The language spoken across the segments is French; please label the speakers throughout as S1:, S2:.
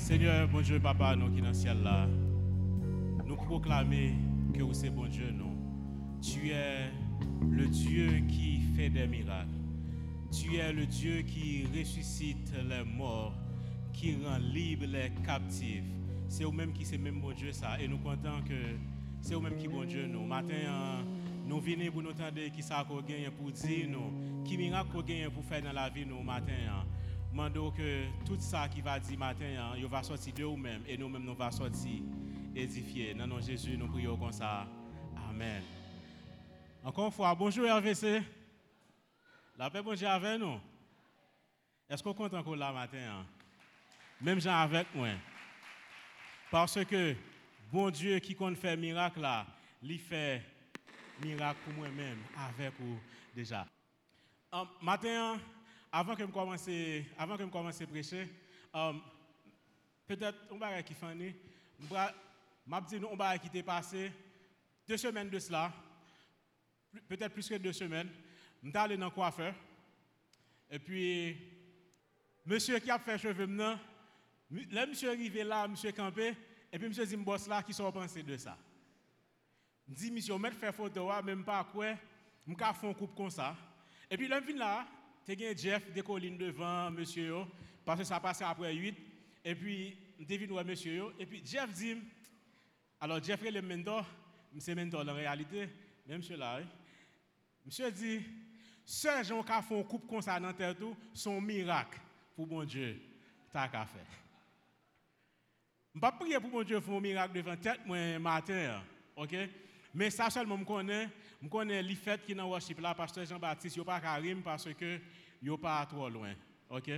S1: Seigneur, bon Dieu, Papa, nous qui dans le ciel là, nous proclamer que vous c'est bon Dieu, nous. Tu es le Dieu qui fait des miracles. Tu es le Dieu qui ressuscite les morts, qui rend libre les captifs. C'est vous-même qui c'est même bon Dieu ça. Et nous comptons que c'est vous-même qui bon Dieu nous. Matin, nous venons pour nous entendre qui ça qu'on gagne pour dire nous, qui miracle qu'on gagne pour faire dans la vie nous matin. Mando que tout ça qui va dire matin, il va sortir de vous-même et nous-mêmes nous va sortir édifiés. Dans le nom de Jésus, nous prions comme ça. Amen. Encore une fois, bonjour RVC. La paix, bonjour avec nous. Est-ce qu'on compte encore là matin? Même gens avec moi. Parce que bon Dieu qui compte faire miracle là, il fait miracle pour moi-même avec vous déjà. Matin, avant que je commence à prêcher, peut-être on va qui fanny, m'a dit nous on va qui t'est passé 2 semaines de cela, peut-être plus que 2 semaines, je suis allé dans le coiffeur et puis monsieur qui a fait cheveux maintenant, là monsieur arrivé là, monsieur campé et puis monsieur dit boss là qui sont pensé de ça. Je dis monsieur mettre faire photo même pas quoi, me ca font coupe comme ça. Et puis là vient là tu as Jeff de colline devant monsieur parce que ça passait après 8 et puis devine ouais monsieur et puis Jeff dit alors Jeff est le mentor, c'est mentor en réalité, même monsieur là. Monsieur dit seuls gens qui font coupe comme ça dans terre tout sont miracle pour bon Dieu t'as qu'à faire. Je ne vais pas prier pour mon Dieu faire un miracle devant tête moi matin, OK? Mais ça seulement je connais les fêtes qui dans worship là pasteur Jean-Baptiste, yo pas Karim parce que yo pas trop loin, OK?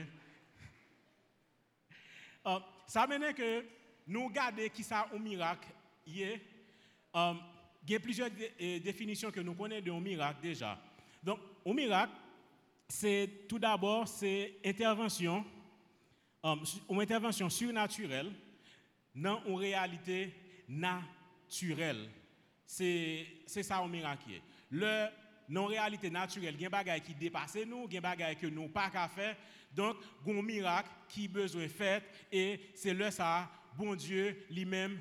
S1: Ça mène que nous garder qui ça un miracle hier. Il y a plusieurs définitions que nous connaissons d'un miracle déjà. Donc un miracle c'est tout d'abord c'est intervention une intervention surnaturelle dans une réalité naturelle. C'est ça un miracle. Le non-réalité naturelle, il y a des choses qui dépassent nous, il y a des choses que nous n'avons pas qu'à faire. Donc, il y a un miracle qui a besoin de faire et c'est là ça, bon Dieu lui-même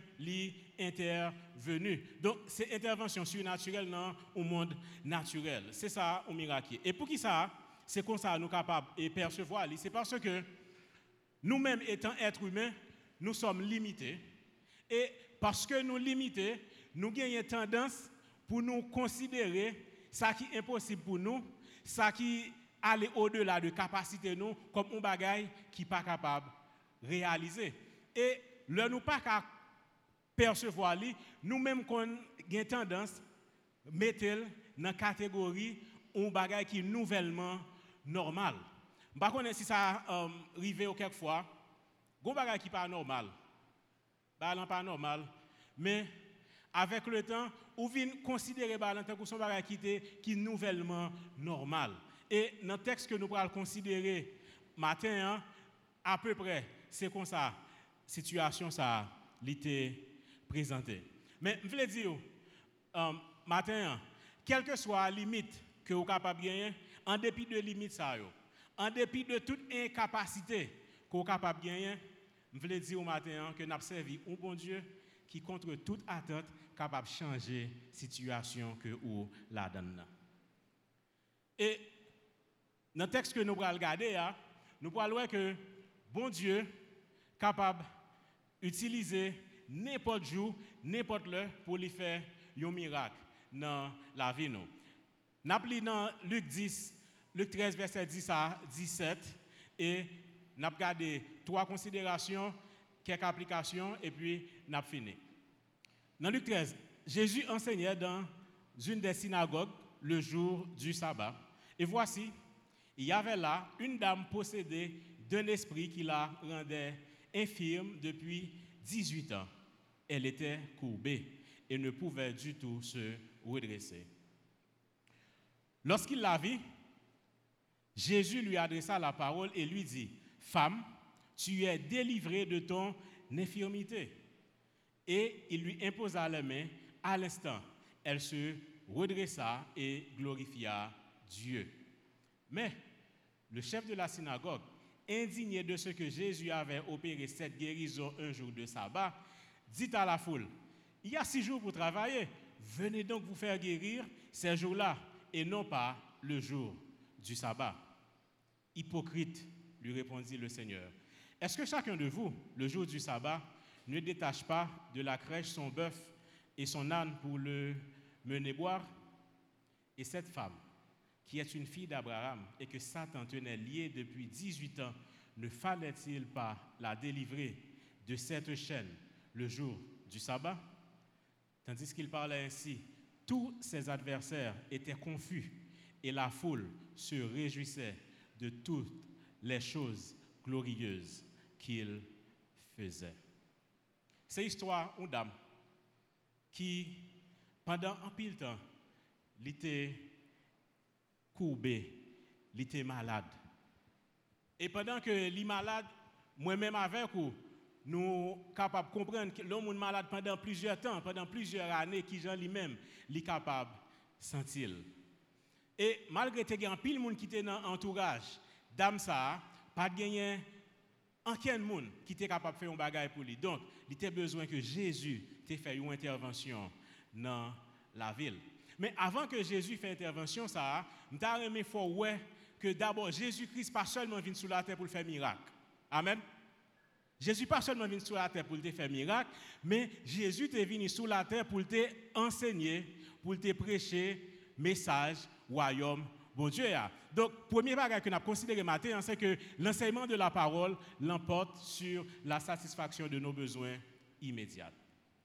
S1: intervenu. Donc, c'est intervention surnaturelle dans le monde naturel. C'est ça un miracle. Et pour qui ça, c'est comme ça nous sommes capables de percevoir. C'est parce que nous-mêmes étant êtres humains, nous sommes limités. Et parce que nous limités, nous avons tendance pour nous considérer ça qui est impossible pour nous, ça qui aller au-delà de capacité nous, comme un bagage qui n'est pas capable de réaliser. Et le nous pas qu'à percevoir, nous-mêmes qu'on avons tendance à mettre dans la catégorie un bagage qui est nouvellement normal. Je ne sais pas si ça arrive quelquefois, un bagage qui n'est pas normal. Pas normal, mais avec le temps, on vient considérer que son bagage qui est nouvellement normal. Et dans le texte que nous allons considérer matin, à peu près, c'est comme ça, situation ça l'était présentée. Mais je voulais dire, matin, quelle que soit la limite que vous êtes capable de gagner, en dépit de limites, en dépit de toute incapacité que vous êtes capable de gagner, je voulais dire au matin que nous avons servi un bon Dieu qui, contre toute attente, est capable de changer la situation que vous la donne. Et dans le texte que nous allons regarder, nous allons voir que bon Dieu est capable d'utiliser n'importe jour, n'importe l'heure pour lui faire un miracle dans la vie. Nous avons dans Luc 13, verset 10 à 17, et nous avons regardé 3 considérations, quelques applications, et puis nous avons fini. Dans Luc 13, Jésus enseignait dans une des synagogues le jour du sabbat. Et voici, il y avait là une dame possédée d'un esprit qui la rendait infirme depuis 18 ans. Elle était courbée et ne pouvait du tout se redresser. Lorsqu'il la vit, Jésus lui adressa la parole et lui dit, « Femme, tu es délivrée de ton infirmité. » Et il lui imposa les mains. À l'instant, elle se redressa et glorifia Dieu. Mais le chef de la synagogue, indigné de ce que Jésus avait opéré cette guérison un jour de sabbat, dit à la foule, il y a 6 jours pour travailler, venez donc vous faire guérir ces jours-là et non pas le jour du sabbat. Hypocrite, lui répondit le Seigneur. Est-ce que chacun de vous, le jour du sabbat, ne détache pas de la crèche son bœuf et son âne pour le mener boire? Et cette femme, qui est une fille d'Abraham et que Satan tenait liée depuis 18 ans, ne fallait-il pas la délivrer de cette chaîne le jour du sabbat? Tandis qu'il parlait ainsi, tous ses adversaires étaient confus et la foule se réjouissait de toutes les choses glorieuses qu'il faisait. C'est l'histoire d'une dame qui, pendant un pile temps, était courbée, était malade. Et pendant que les malade, moi-même avec vous, nous sommes capables de comprendre que l'homme est malade pendant plusieurs temps, pendant plusieurs années, qui Jean lui-même est capable de sentir. Et malgré que il y a un pile monde qui était dans l'entourage, dame ça, pas gagné aucun monde qui était capable de faire un bagage pour lui. Donc, il était besoin que Jésus ait fait une intervention dans la ville. Mais avant que Jésus fasse intervention, ça, nous avons aimé que d'abord Jésus-Christ pas seulement venu sur la terre pour faire miracle. Amen. Jésus pas seulement venu sur la terre pour te faire miracle, mais Jésus est venu sur la terre pour te enseigner, pour te prêcher message royaume bon Dieu. Donc premier bagage que nous avons considéré matin, c'est que l'enseignement de la parole l'emporte sur la satisfaction de nos besoins immédiats.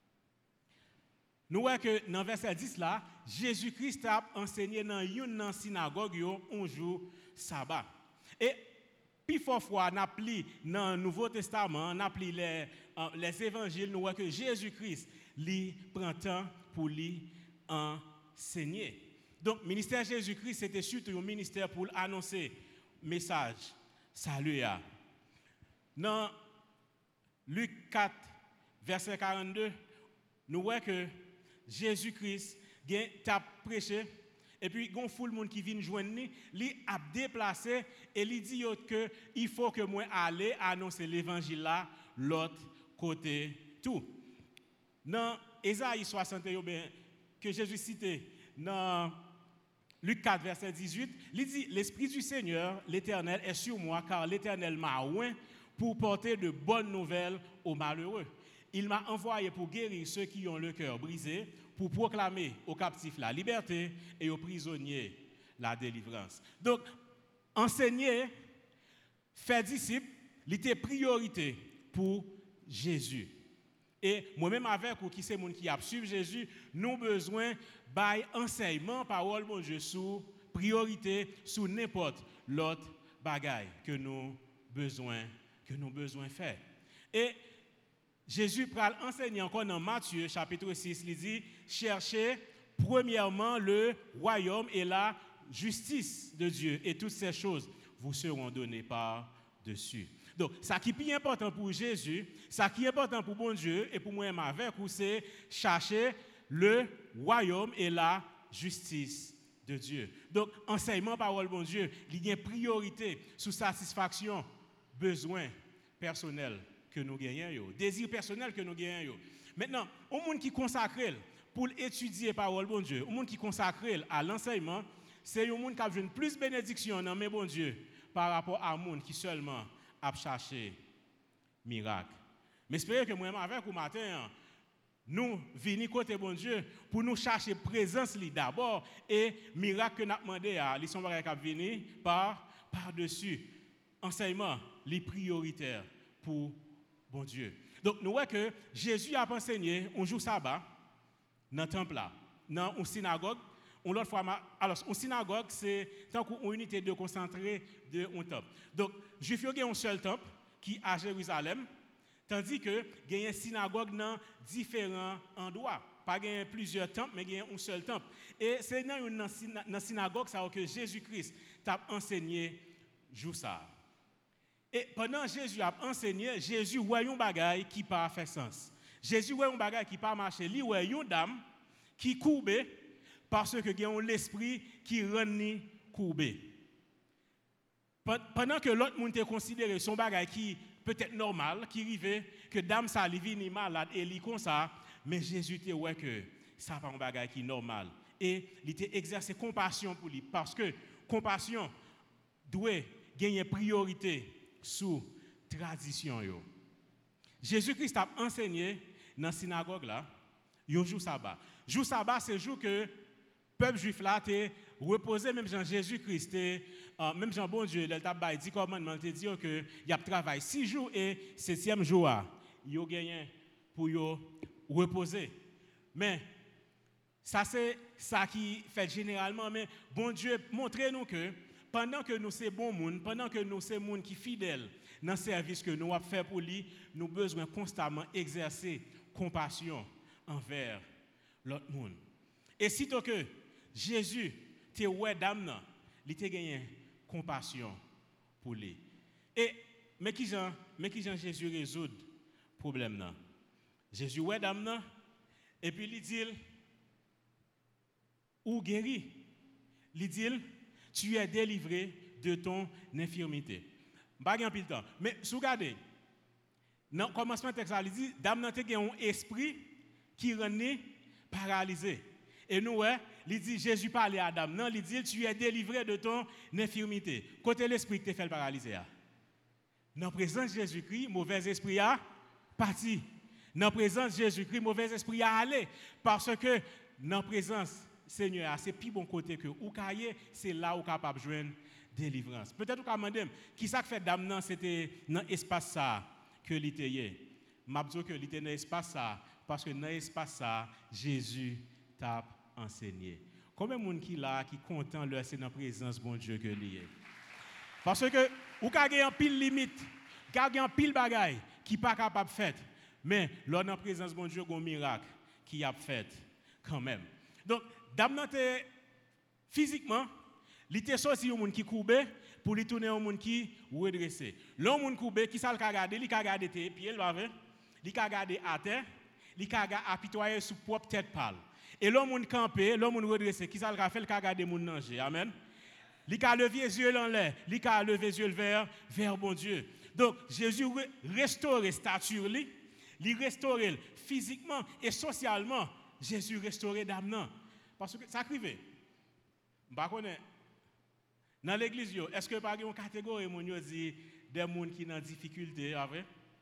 S1: Nous voyons que dans verset 10 là, Jésus-Christ a enseigné dans une synagogue un jour sabbat. Et puis fois n'a pris dans le Nouveau Testament, n'a pris les évangiles, nous voyons que Jésus-Christ lui prend temps pour lui enseigner. Donc le ministère de Jésus-Christ c'était surtout un ministère pour annoncer message salut. Dans Luc 4 verset 42, nous voyons que Jésus-Christ a prêché et puis il y a une foule de monde qui vient joindre lui, il a déplacé et il dit que il faut que moi aller annoncer l'évangile là l'autre côté tout. Dans Ésaïe 61 que Jésus citait dans Luc 4 verset 18, il dit l'esprit du Seigneur, l'Éternel est sur moi car l'Éternel m'a oint pour porter de bonnes nouvelles aux malheureux. Il m'a envoyé pour guérir ceux qui ont le cœur brisé, pour proclamer aux captifs la liberté et aux prisonniers la délivrance. Donc, enseigner, faire disciple, c'était priorité pour Jésus. Et moi-même avec vous qui c'est monde qui a suivi Jésus, nous avons besoin d'enseignement, parole, mon Dieu, sous priorité, sous n'importe l'autre bagaille que nous besoin faire. Et Jésus pral enseigner encore dans Matthieu chapitre 6, il dit cherchez premièrement le royaume et la justice de Dieu et toutes ces choses vous seront données par-dessus. Donc, ça qui est plus important pour Jésus, ça qui est important pour bon Dieu et pour moi-même avec vous, c'est chercher le royaume et la justice de Dieu. Donc, enseignement parole bon Dieu, il y a une priorité sous satisfaction, besoin personnel que nous gagnons, désir personnel que nous gagnons. Maintenant, au monde qui consacre pour étudier parole bon Dieu, au monde qui consacre à l'enseignement, c'est un monde qui a besoin de plus de bénédiction dans mes bon Dieu par rapport à un monde qui seulement a cherché miracle. Mais j'espère que moi avec vous matin, nous venons côté bon Dieu pour nous chercher présence d'abord et miracle que nous avons demandé à les sont qui venir par-dessus. Enseignement, les prioritaires pour bon Dieu. Donc, nous voyons que Jésus a enseigné un jour sabbat dans le temple là, dans une synagogue. Alors, une synagogue, c'est tant qu'une unité de concentré de un temple. Donc, Juifs ont un seul temple qui est à Jérusalem, tandis que il y a une synagogue dans différents endroits. Pas plusieurs temples, mais il y a un seul temple. Et c'est dans une synagogue que Jésus-Christ a enseigné jour ça. Et pendant que Jésus a enseigné, Jésus voyait un bagage qui n'a pas fait sens. Jésus voyait un bagage qui n'a pas marché. Il voyait une dame qui courbait parce que y a l'esprit qui rend courbé. pendant que l'autre monde te considéré son bagage qui peut-être normal, qui arrivait que dame ça li vini malade et li comme ça, mais Jésus te ouais que ça pas un bagage qui normal et il t'a exercé compassion pour lui parce que compassion doit gagner priorité sous tradition yo. Jésus-Christ a enseigné dans la synagogue là, un jour sabbat. Jour sabbat c'est jour que le peuple juif là te reposé même Jean Jésus-Christ même Jean bon Dieu il t'a dit commandement te dire que il y a travail 6 jours et 7e jour yo gagné pour yo reposer. Mais ça c'est ça qui fait généralement mais bon Dieu montrez-nous que pendant que nous sommes bons monde, pendant que nous sommes monde qui fidèles dans le service que nous avons fait pour lui, nous avons besoin constamment exercer compassion envers l'autre monde. Et sitôt que Jésus te ouais dame il te gagné compassion pour lui. Et mais qui Jean Jésus résout le problème là. Jésus ouais dame et puis il dit ou guéri. Il dit tu es délivré de ton infirmité. Pas grand pile temps. Mais si vous regardez, dans le commencement texte, il dit, dame n'a pas un esprit qui rend paralysé. Et nous, il dit, Jésus parlait à dame, non, il dit, tu es délivré de ton infirmité. Côté l'esprit qui te fait paralyser. Dans la présence de Jésus-Christ, mauvais esprit a parti. Dans la présence de Jésus-Christ, mauvais esprit a allé. Parce que dans la présence Seigneur, c'est plus bon côté que ou cahier, c'est là où capable de joindre délivrance. Peut-être qu'on m'a demandé qui ça fait dame non c'était dans espace ça que l'ité. M'a dit que l'ité dans espace ça parce que dans espace ça Jésus t'a enseigné. Combien de monde qui là qui content leur c'est dans présence bon Dieu que lié. Parce que ou ka gen pile limite, ka gen pile bagaille qui pas capable faire. Mais lors dans présence bon Dieu gon miracle qui a fait quand même. Donc dame nan te physiquement, il était sorti un monde qui courbé pour lui tourner un monde qui redressé. L'homme monde courbé qui ça le regarder, il ka regarder tes pieds, il ka regarder à terre, il ka apitoyer sous propre tête pâle. Et l'homme monde campé, l'homme monde redressé, qui ça le fait, il ka regarder monde nager. Amen. Il ka lever les yeux en l'air, il ka lever les yeux vers bon Dieu. Donc Jésus restaure stature lui, il restaure physiquement et socialement. Jésus restaure dame nan. Parce que ça arrive. Bah connais dans l'église est-ce que par une catégorie mon dit des gens qui sont en difficulté avec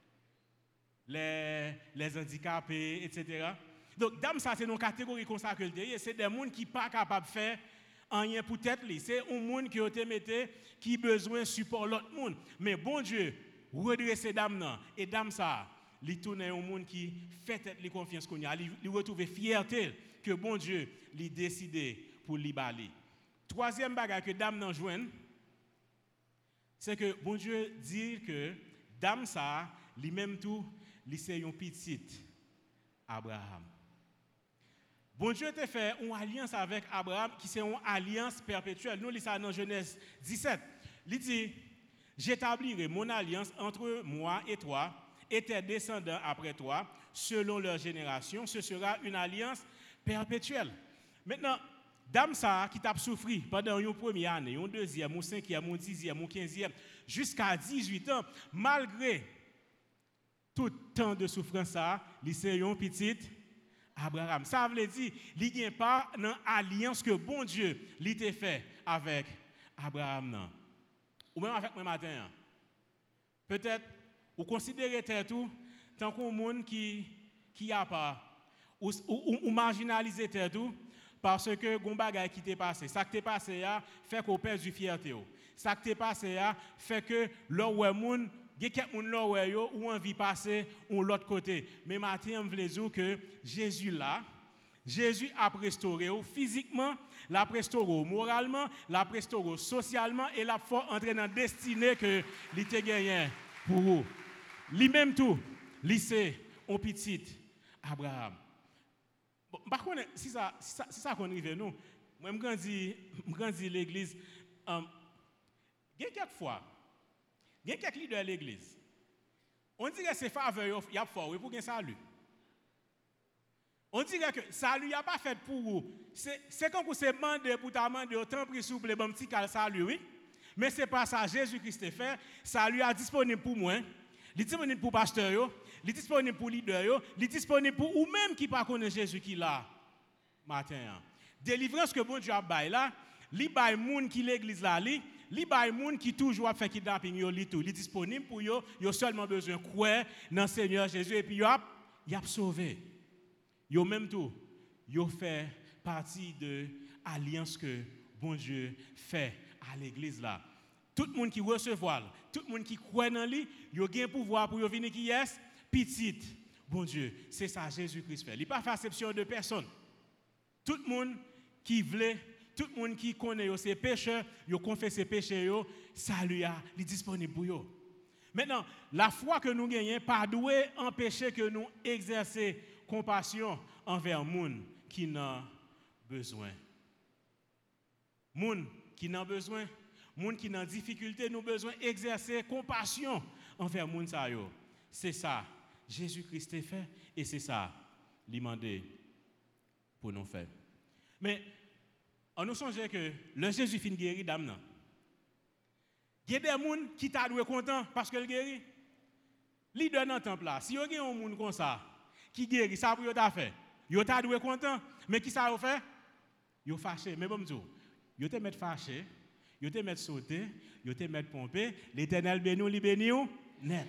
S1: les handicapés etc. Donc dame ça c'est une catégorie consacrée c'est des gens qui pas capable de faire rien pour tête li, c'est un monde qui ont metté qui besoin support l'autre monde. Mais bon Dieu redresser dame nan et dame ça li tourne un monde qui fait tête li confiance qu'on a, li retrouver fierté que bon Dieu li décidé pour li bali. Troisième bagage que dame nan joine, c'est que bon Dieu dit que dame ça, li même tout, li c'est un petit Abraham. Bon Dieu te fait une alliance avec Abraham qui c'est une alliance perpétuelle. Nous lisons ça dans Genèse 17. Il dit j'établirai mon alliance entre moi et toi et tes descendants après toi selon leur génération, ce sera une alliance perpétuelle. Maintenant, dame ça qui t'a souffert pendant une première année, une deuxième, une cinquième, une dixième, une quinzième, jusqu'à 18 ans, malgré tout temps de souffrance, il c'est un petit Abraham. Ça veut dire qu'il n'y a pas une alliance que bon Dieu l'a fait avec Abraham. Non. Ou même avec moi matin. Peut-être, vous considérez tout tant qu'un monde qui a pas, ou marginalisé tout, parce que gon bagay qui t'est passé. Ça qui t'est passé fait qu'on perd du fierté. Ça qui t'est passé fait que là où moun, il y a quelqu'un là où envie passer ou l'autre côté. Mais maintenant on veut dire que Jésus là, Jésus a restauré physiquement, l'a restauré moralement, l'a restauré socialement et l'a fait entrer dans la destinée que il te gagné pour vous. Lui-même tout, lycée on petit Abraham. Par contre, si ça qu'on arrive nous, moi je grandis l'église. Il y a quelquefois, il y a quelques leaders de l'église. On dirait que c'est faveur, il y a fort pour gagner salut. On dirait que salut, il n'y a pas fait pour vous. C'est quand vous se demandez pour ta main de autant pris souple, bon petit cal salut, oui. Mais ce n'est pas ça Jésus-Christ fait. Ça lui est disponible pour moi. Il est disponible pour pasteur, il est disponible pour leader, il est disponible pour ou même qui ne connaît pas Jésus qui là matin. Délivrance que bon Dieu a bail là, li bail moun qui l'église là li bail moun qui toujours fait kidnapping yo li tout, il est disponible pour yo seulement besoin croire dans Seigneur Jésus et puis yo a sauvé. Yo même tout, yo fait partie de alliance que bon Dieu fait à l'église là. Tout le monde qui recevoir, tout le monde qui croit dans lui, il a un pouvoir pour venir qui est petit. Bon Dieu, c'est ça Jésus-Christ fait. Il n'a pas fait exception de personne. Tout le monde qui veut, tout le monde qui connaît ses pécheurs, il confesse ses péchés, ça lui est disponible pour eux. Maintenant, la foi que nous gagnons, pas doit empêcher que nous exercions compassion envers les gens qui n'ont besoin. Les gens qui n'ont besoin. Les gens qui sont en difficulté, nous avons besoin d'exercer compassion envers les gens. C'est ça, Jésus-Christ a fait et c'est ça, il m'a demandé pour nous faire. Mais, on nous songe que le Jésus fin guéri d'âme. Il y a des gens qui sont contents parce que le guérit. Il donne un temple là. Si il y a des gens comme ça, qui guérit, ça pour t'a fait. Ils sont contents, mais qui ça fait? Ils sont fâchés. Mais bon, ils te mettent fâchés. Yo te mettre sauter, yo te mettre pomper, l'Éternel béni, li béni net.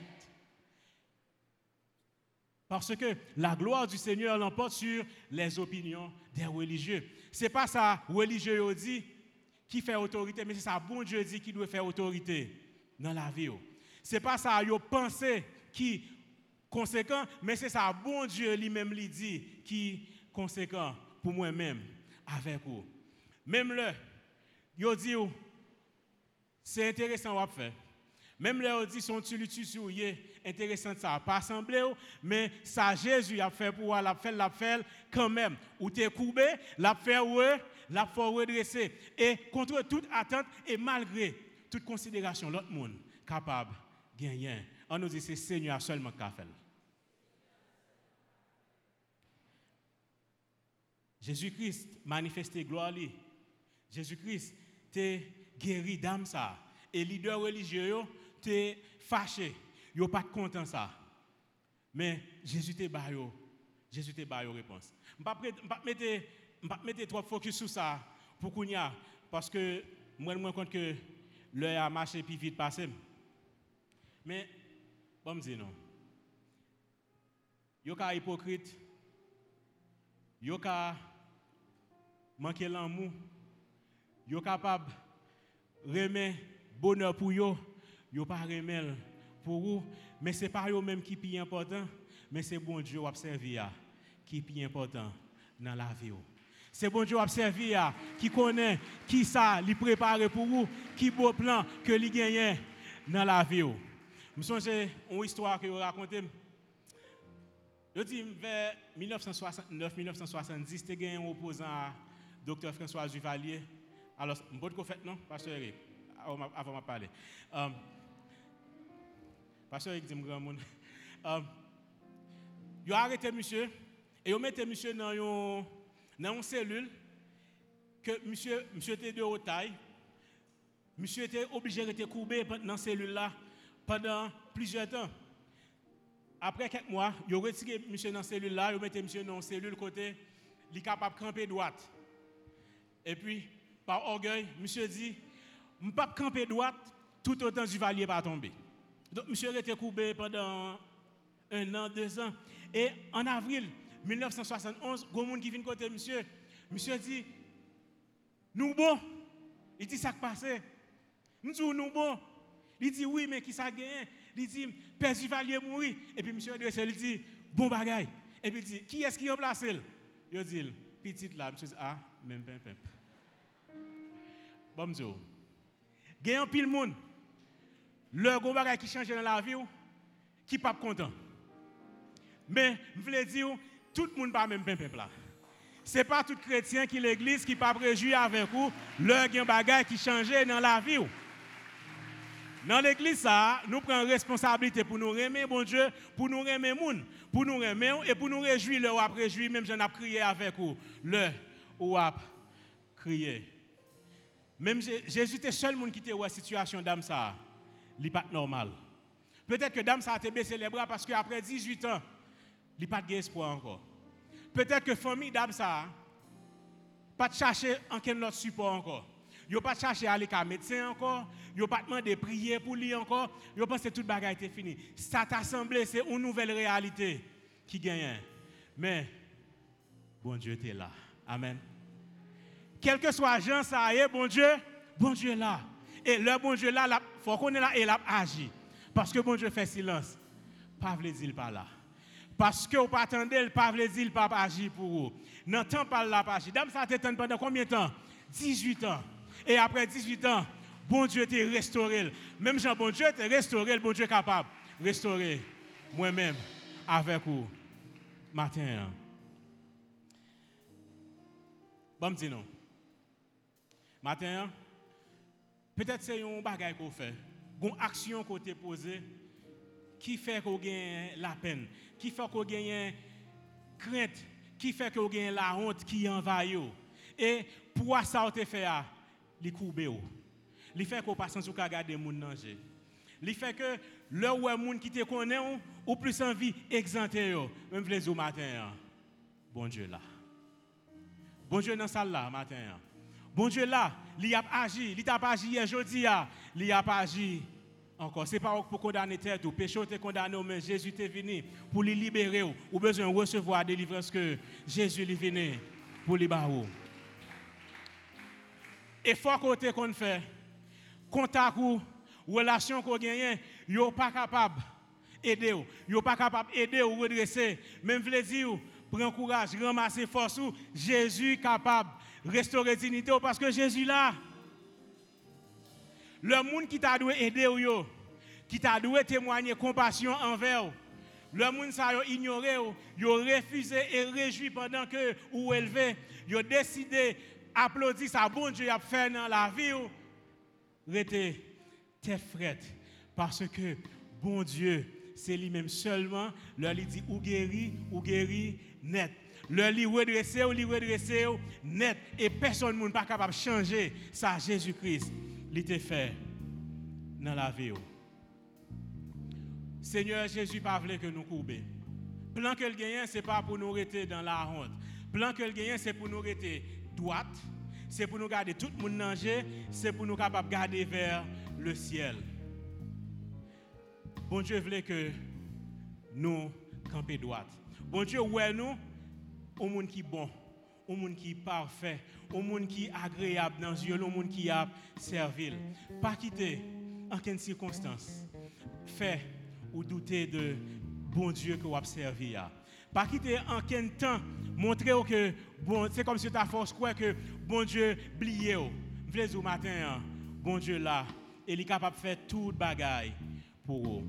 S1: Parce que la gloire du Seigneur l'emporte sur les opinions des religieux. C'est pas ça religieux dit qui fait autorité, mais c'est ça bon Dieu dit qui doit faire autorité dans la vie. C'est pas ça yo pensé qui conséquent, mais c'est ça bon Dieu lui-même lui dit qui conséquent pour moi-même avec vous. Même le yo dit c'est intéressant à faire. Même les dit son tulutusouye intéressant ça pas semblé mais ça Jésus a fait pour la fait quand même ou t'es courbé la faire la faut redresser et contre toute attente et malgré toute considération l'autre monde capable gagner. On nous dit c'est Seigneur seulement qui a fait. Jésus-Christ manifesté gloire lui. Jésus-Christ t'es guéri d'âme ça et leader religieux t'es fâché yo pas content ça mais Jésus te ba yo réponse m'pa mettre trop focus sur ça pour kounya parce que moi compte que l'heure a marché plus vite passé mais bon me dire non yo ka hypocrite yo ka manquer l'amour yo capable remet bonheur pour yo pas remet pour vous mais c'est pas yo même qui est important mais c'est bon Dieu observer qui est important dans la vie. C'est bon Dieu observer qui connaît qui ça li préparé pour vous qui beau plan que li gagne dans la vie. Me songe une histoire que vous racontez. Je dis vers 1969-1970 tu gagné un opposant Dr François Duvalier. Alors, je ne peux pas faire non, Pasteur Eric, avant de parler. Pasteur Eric dit grand monde. Ils ont arrêté monsieur et ils ont mis monsieur dans une cellule que monsieur était de haute taille. Monsieur était obligé de rester courbé dans cette cellule-là pendant plusieurs temps. Après quelques mois, ils ont retiré monsieur dans cette cellule-là, ils ont mis monsieur dans une cellule côté, il est capable de camper droite. Et puis, par orgueil, monsieur dit, je ne peux pas camper droite tout autant Duvalier pas tomber. Donc, monsieur a été courbé pendant 1 an, 2 ans. Et en avril 1971, il y a un monde qui vient côté monsieur. Monsieur dit, nous bon. Il dit, ça qui passe. Nous disons, nous bon. Il dit, oui, mais qui ça gagne? Il dit, Père Duvalier mourit. Et puis monsieur il dit, bon bagaille. Et puis il dit, qui est-ce qui a remplacé? Il dit, petite là. Monsieur dit, ah, même pim. Bon, monsieur. Il y a un pile monde. Le gros bagage qui change dans la vie, qui pas content. Mais, je voulais dire, tout le monde pas même peuple là. Ce n'est pas tout chrétien qui l'église qui pas préjugé avec vous, le gain bagage qui change dans la vie. Dans l'église, ça, nous prenons responsabilité pour nous aimer, bon Dieu, pour nous aimer moun, pour nous aimer et pour nous réjouir, le ou après réjouir, même j'en ai crié avec vous, le ou après crier. Même Jésus était seul monde qui était dans la situation d'âme ça. Il n'est pas normal. Peut-être que dame ça a baissé les bras parce qu'après 18 ans, il n'a pas d'espoir encore. Peut-être que famille dame ça pas de chercher aucun autre support encore. Ils n'ont pas cherché à aller à médecin encore. Ils n'ont pas demandé de prier pour lui encore. Ils ont pensé que toute bagaille était finie. Cette assemblée, c'est une nouvelle réalité qui gagne. Mais, bon Dieu était là. Amen. Quel que soit Jean, ça y est, bon Dieu est là. Et le bon Dieu là, il faut qu'on est là et il a agi. Parce que bon Dieu fait silence. Pas veut dire pas là. Parce que vous pas attendez, pas veut dire pas agir pour vous. Dans le temps pas là pas agir. Dame ça t'attend pendant combien de temps? 18 ans. Et après 18 ans, bon Dieu t'a restauré. Même Jean, bon Dieu t'a restauré, le bon Dieu est capable de restaurer moi-même avec vous. Matin. Bon, dis non. Matin, peut-être c'est une bagaille qu'on fait, une action qu'on t'a posée qui fait qu'on gagne la peine, qui fait qu'on gagne crainte, qui fait qu'on gagne la honte qui envahit. Et pour ça, on te fait les couper. Il fait qu'on passe sans regarder les gens manger. Il fait que le monde qui te connaît ou plus envie exempter. Même les jours matin. Bon Dieu là. Bon Dieu dans la salle là matin. Bon Dieu là, il a agi, il n'a pas agi hier jeudi, il a pas agi encore. Ce n'est pas pour condamner tête ou péché te condamné, mais Jésus est venu pour les libérer ou besoin de recevoir la délivrance que Jésus est venu pour libérer. Et faut qu'on fait contact ou relation qu'on gagne, yo pas capable aider ou, yo pas capable aider ou redresser, même veut dire prends courage, ramasser force ou Jésus capable restaurer dignité parce que Jésus là. Le monde qui t'a dû aider ou yo, qui t'a dû témoigner compassion envers ou, le monde ça yo ignoré ou, yo refusé et réjoui pendant que ou élevé, yo décidé applaudir ça bon Dieu a fait dans la vie ou rete tête frette parce que bon Dieu c'est lui-même seulement leur dit ou guéri net. Le li redresser ou net et personne n'est pas capable de changer ça Jésus-Christ il te fait dans la vie. Seigneur Jésus pas voulu que nous couper. Plan que le gagnant c'est pas pour nous rester dans la honte. Plan que le gagnant c'est pour nous rester droite, c'est pour nous garder tout le monde danger, c'est pour nous capable garder vers le ciel. Bon Dieu voulait que nous campions droite. Bon Dieu ouais nous au monde qui est bon, au monde qui est parfait, au monde qui est agréable dans les yeux, au monde qui a servi. Pas quitter en quelle circonstance. Fait ou douter de bon Dieu que vous avez servi. Pas quitter en quel temps montrer que bon, c'est comme si ta force croit que bon Dieu blié. Vous dire matin, bon Dieu là, il est capable de faire toute bagaille pour vous.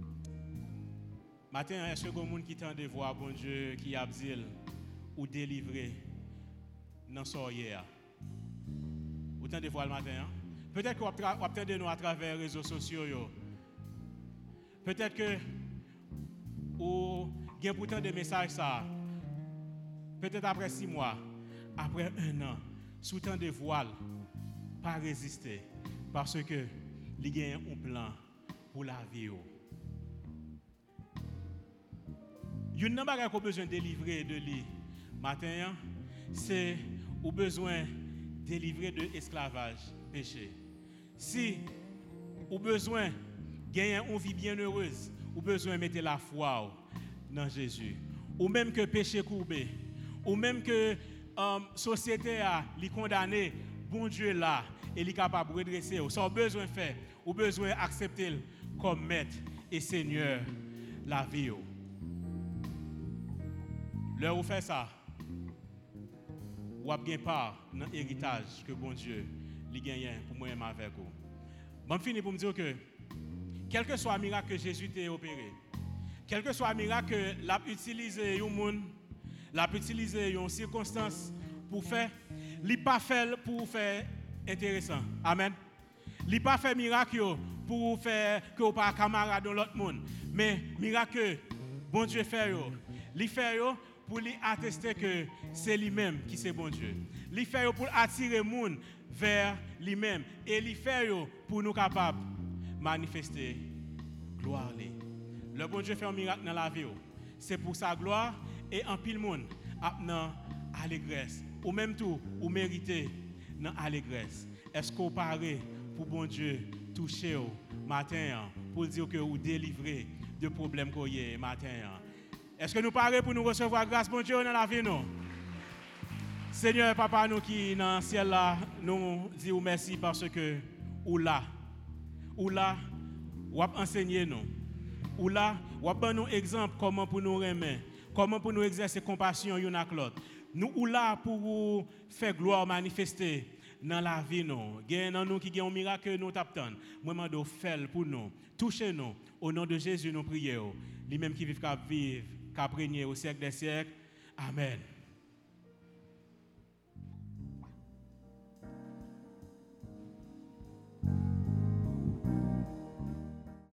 S1: Matin, est-ce que vous monde qui tente de voir bon Dieu qui a dit ou délivrer dans son hier? Vous tentez de voir le matin? Peut-être que vous attendez nous à travers les réseaux sociaux. Peut-être que vous avez pourtant des messages ça. Peut-être après 6 mois, après 1 an, sous temps de voile, pas résister. Parce que il y a un plan pour la vie. Il y a une chose qu'on a besoin de délivrer de lui matin, c'est au besoin de délivrer de l'esclavage, péché. Si au besoin de gagner une vie bien heureuse, au besoin de mettre la foi dans Jésus. Ou même que péché courbé, ou même que société a li condamné, bon Dieu là, et il est capable de redresser. Ou ça besoin de faire, ou besoin d'accepter comme maître et Seigneur la vie. Là où fait ça, ou avez part dans l'héritage que bon Dieu lui gagne pour moi-même avec vous. Bon, je finis pour me dire que quel que soit le miracle que Jésus t'a opéré, quel que soit le miracle que l'a utilisé un monde, l'a utilisé une circonstance pour faire, il n'a pas fait pour faire intéressant. Amen. Il n'a pas fait miracle pour faire que vous pas camarade dans l'autre monde, mais miracle que bon Dieu fait il fait pour lui attester que c'est lui-même qui c'est bon Dieu. Il fait pour attirer les gens vers lui-même et lui fait pour nous capables de manifester gloire. Le bon Dieu fait un miracle dans la vie. C'est pour sa gloire et en pile monde dans allégresse. Ou même tout, ou méritez dans allégresse. Est-ce qu'on paraît pour bon Dieu toucher au matin pour dire que vous délivrez de problèmes qu'on y a matin? Est-ce que nous paraît pour nous recevoir grâce bon Dieu dans la vie nous? Seigneur papa nous qui dans le ciel là, nous disons merci parce que ou là, ou enseigner nous. Ou là, ou donner nous exemple comment pour nous remettre, comment pour nous exercer compassion l'un avec l'autre. Nous ou là pour faire gloire manifester dans la vie nous. Gain dans nous qui gagne un miracle que nous t'attendons. Moi mando faire pour nous, toucher nous au nom de Jésus nous prions. Lui même qui vit qu'à régner au siècle des siècles. Amen.